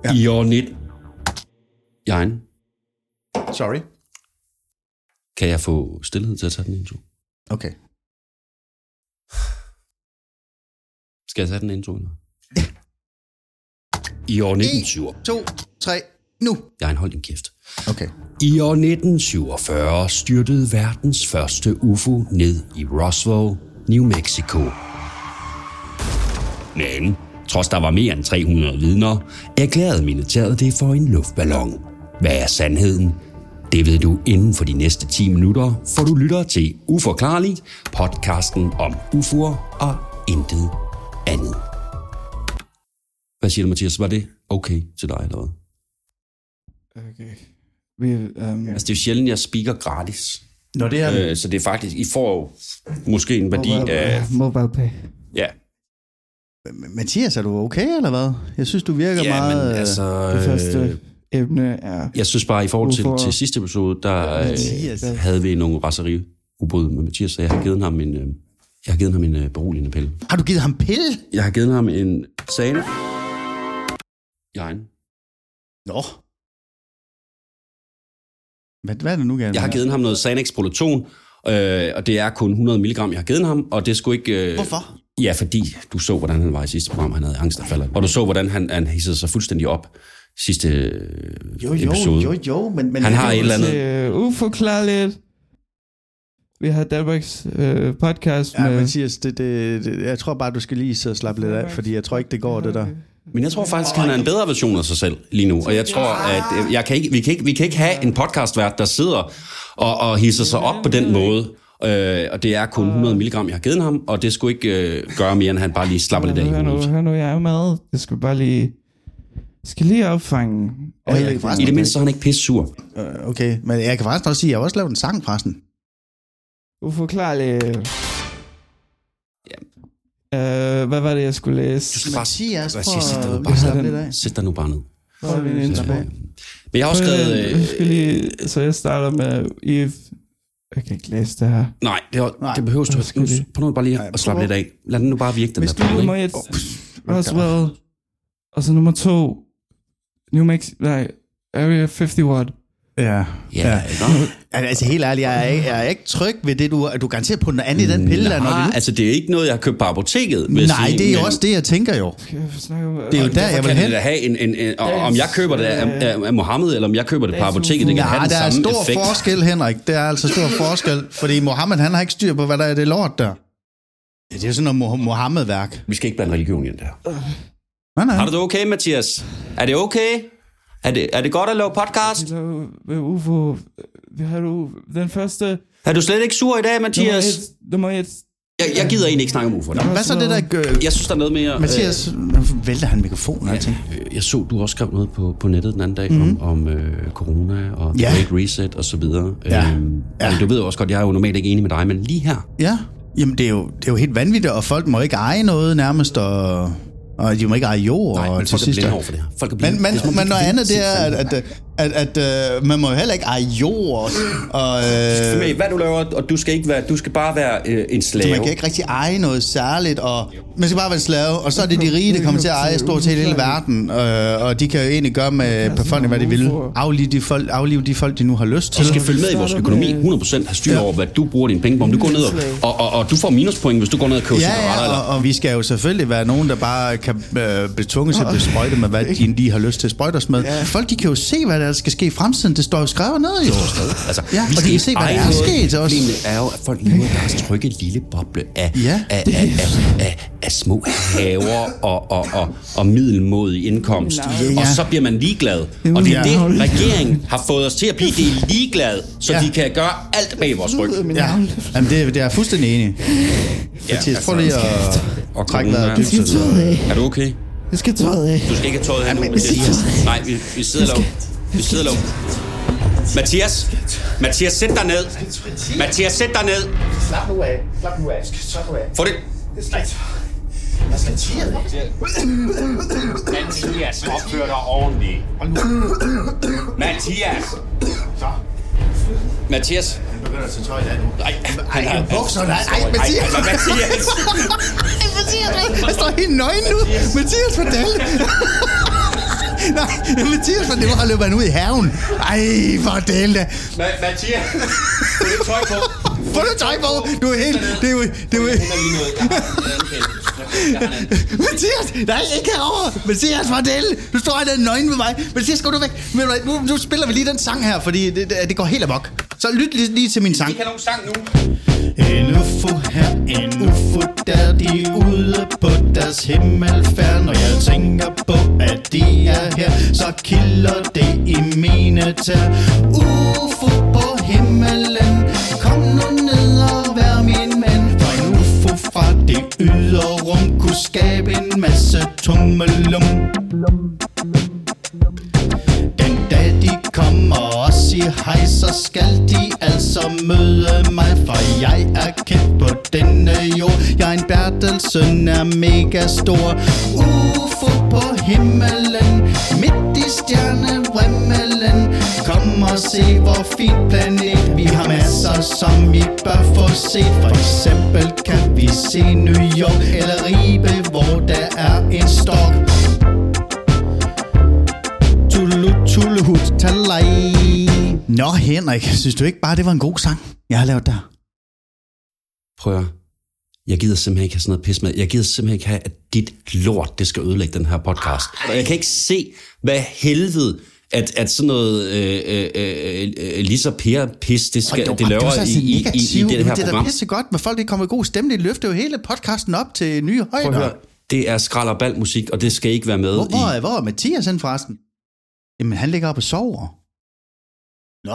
Ja. I år 19... Jern. Sorry. Kan jeg få stillhed til at tage den intro? Okay. Skal jeg tage den intro? Eller? I år 1947... 1, 2, 3, nu! Jern, hold din kæft. Okay. I år 1947 styrtede verdens første UFO ned i Roswell, New Mexico. Men trods der var mere end 300 vidner, erklærede militæret det for en luftballon. Hvad er sandheden? Det ved du inden for de næste 10 minutter, for du lytter til Uforklarligt, podcasten om UFO'er og intet andet. Hvad siger du, Mathias? Var det okay til dig, eller hvad? Okay. Altså, det er jo sjældent, jeg speaker gratis. Nå, det er... Så det er faktisk, I får måske en værdi af... MobilePay. Ja. Mathias, er du okay, eller hvad? Jeg synes, du virker meget... Men altså... Det første emne er... Jeg synes bare, i forhold til sidste episode, der havde vi nogle raseriudbrud med Mathias, så jeg har givet ham en beroligende pille. Har du givet ham pille? Jeg har givet ham en sane. Jern. Nå. Hvad er det nu, gerne? Jeg har givet ham noget Xanax-Prolaton, og det er kun 100 mg, jeg har givet ham, og det skulle ikke... Hvorfor? Ja, fordi du så, hvordan han var i sidste program, han havde angstanfald. Og du så, hvordan han hissede sig fuldstændig op sidste episode. Jo, men han har et eller andet... Uforklarligt. Vi har Danmarks podcast med... Ja, Mathias, jeg tror bare, du skal lige så slappe lidt af, fordi jeg tror ikke, det går, det der. Men jeg tror faktisk, han er en bedre version af sig selv lige nu. Og jeg tror, at vi kan ikke have en podcastvært, der sidder og hisser sig op på den måde. Og det er kun 100 mg, jeg har givet ham, og det skulle ikke gøre mere, end han bare lige slapper lidt af. Hør nu, jeg er med. Det skal bare lige... skal lige opfange... I det mindste, så er han ikke pisse sur. Okay, men jeg kan faktisk også sige, at jeg har også lavet en sang, forresten. Uforklarligt. Hvad var det, jeg skulle læse? Du skal bare sæt dig nu bare ned. Men jeg har også skrevet... Så jeg starter med Eve. Jeg kan ikke læse det her. Nej, det behøver du ikke. Prøv nu bare lige at slappe lidt af. Lad den nu bare virke, den der. Nummer 1, Roswell. Og så nummer 2, New Mexico, Area 51. Ja. Altså helt ærligt, jeg er ikke tryg ved det, du garanterer på den anden i den pille. Nej, altså det er ikke noget, jeg har købt på apoteket. Nej, det er jo også det, jeg tænker jo. Det er jo der, jeg vil hen. Om jeg køber det af Mohammed, eller om jeg køber det på apoteket, det kan have den samme effekt. Der er stor forskel, Henrik. Der er altså stor forskel, fordi Mohammed, han har ikke styr på, hvad der er det lort der. Ja, det er jo sådan noget Mohammed-værk. Vi skal ikke blande religion ind der. Nej. Har du det okay, Mathias? Er det okay? Er det godt at lave podcast? UFO. Vi har du den første... Er du slet ikke sur i dag, Mathias? Nummer 1. Jeg gider egentlig ikke snakke om UFO. Hvad så det der... Jeg synes, der er noget mere... Mathias, vælter han mikrofonen og alting? Jeg så, du også skrev noget på nettet den anden dag om corona og Great Reset og så videre. Du ved jo også godt, jeg er jo normalt ikke enig med dig, men lige her... Ja, jamen det er jo helt vanvittigt, og folk må ikke eje noget nærmest, og de må ikke eje jord. Nej, men folk er blinde over for det her. Men noget andet, det er, at man må heller ikke eje jord. Og, med, hvad du laver, og du skal bare være en slave. Man kan ikke rigtig eje noget særligt, og man skal bare være en slave, og så er det de rige, der kommer til at eje stort set hele verden, og de kan jo egentlig gøre med befolkningen, hvad de vil. Aflive de folk, de nu har lyst til. De skal følge med i vores økonomi, 100% have styr over, hvad du bruger dine penge på. Om du går ned og du får minuspoint, hvis du går ned og køber cigaretter. Og vi skal jo selvfølgelig være nogen, der bare kan betunge sig at blive sprøjtet med, hvad de lige har lyst til at sprøjte os med. Folk, de kan jo se, hvad der skal ske i fremtiden. Det står jo skrevet ned, jo. Altså, og de kan se, hvad der er sket også. Problemet er jo, at folk lever i deres trygge lille boble af små haver og middelmådig indkomst. Og så bliver man ligeglad. Og det er det, regeringen har fået os til at blive. Det er ligeglad, så de kan gøre alt bag vores ryg. Jamen, det er jeg fuldstændig enig. Mathias, prøv lige at trække vejret dybt. Er du okay? Jeg skal tøjet af. Du skal ikke have tøjet af nu. Nej, vi sidder lavt. Vi sidder lavt. Mathias, sæt dig ned. Mathias, sæt dig ned. Slap nu af. Få det. Jeg skal tire det. Mathias, opfør dig ordentligt. Mathias. Han begynder at tage tøj af nu. Nej, han har bukser. Nej, Mathias. Han står helt nøgen nu. Mathias, fordel. Nej, Mathias, for det var løbet han ud i haven. Ej, for del da. Mathias, få det tøj på. Få det tøj på. Du er helt... Det er jo... Mathias, nej, ikke herovre. Mathias, for del. Du står her den nøgen med mig. Mathias, gå du væk. Nu spiller vi lige den sang her, fordi det går helt amok. Så lyt lige til min sang. Vi kan nogen sang nu. En UFO her, en UFO der, de er ude på deres himmelfærd. Når jeg tænker på, at de er her, så kilder det i mine tær. UFO på himmelen, kom nu ned og vær min mand. For en UFO fra det ydre rum kunne skabe en masse tummelum. Den dag de kommer og siger hej, så skal de altså møde mig. For jeg er kendt på denne jord. Jeg er en Bertelsen, er mega stor. UFO på himmelen, midt i stjernevrimmelen. Kom og se hvor fin planet. Vi har masser som I bør få set. For eksempel kan vi se New York eller Ribe, hvor der er en stok. Tullehut, talej. Nå, Henrik, synes du ikke bare, det var en god sang, jeg har lavet der? Prøv at jeg gider simpelthen ikke have sådan noget pis med. Jeg gider simpelthen ikke have, at dit lort, det skal ødelægge den her podcast. Og jeg kan ikke se, hvad helvede, at sådan noget Lisa Per-pis, det laver i det her program. Det er da pisse godt, med folk ikke kommer i god stemning. Det løfter jo hele podcasten op til nye højder. Det er skrald- og bal-musik, og det skal ikke være med. Hvor er Mathias hen forresten? Jamen, han ligger oppe og sover. Nå.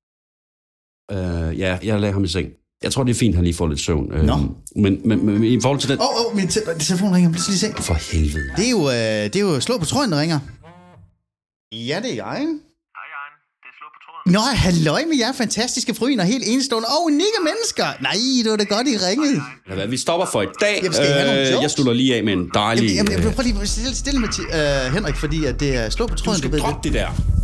Ja, jeg lagde ham i seng. Jeg tror, det er fint, at han lige får lidt søvn. Men i forhold til den... Min telefon ringer. Lad os lige se. For helvede. Det er jo slå på tråden, der ringer. Ja, det er jeg. Hej, Ejn. Det er slå på tråden. Nå, halløj med jer fantastiske fryn og helt enestående og unikke mennesker. Nej, det var da godt, I ringede. Ja, vi stopper for i dag. Jeg slutter lige af med en dejlig... Jamen, prøv lige stille med Henrik, fordi at det er slå på tråden. Du skal droppe det der.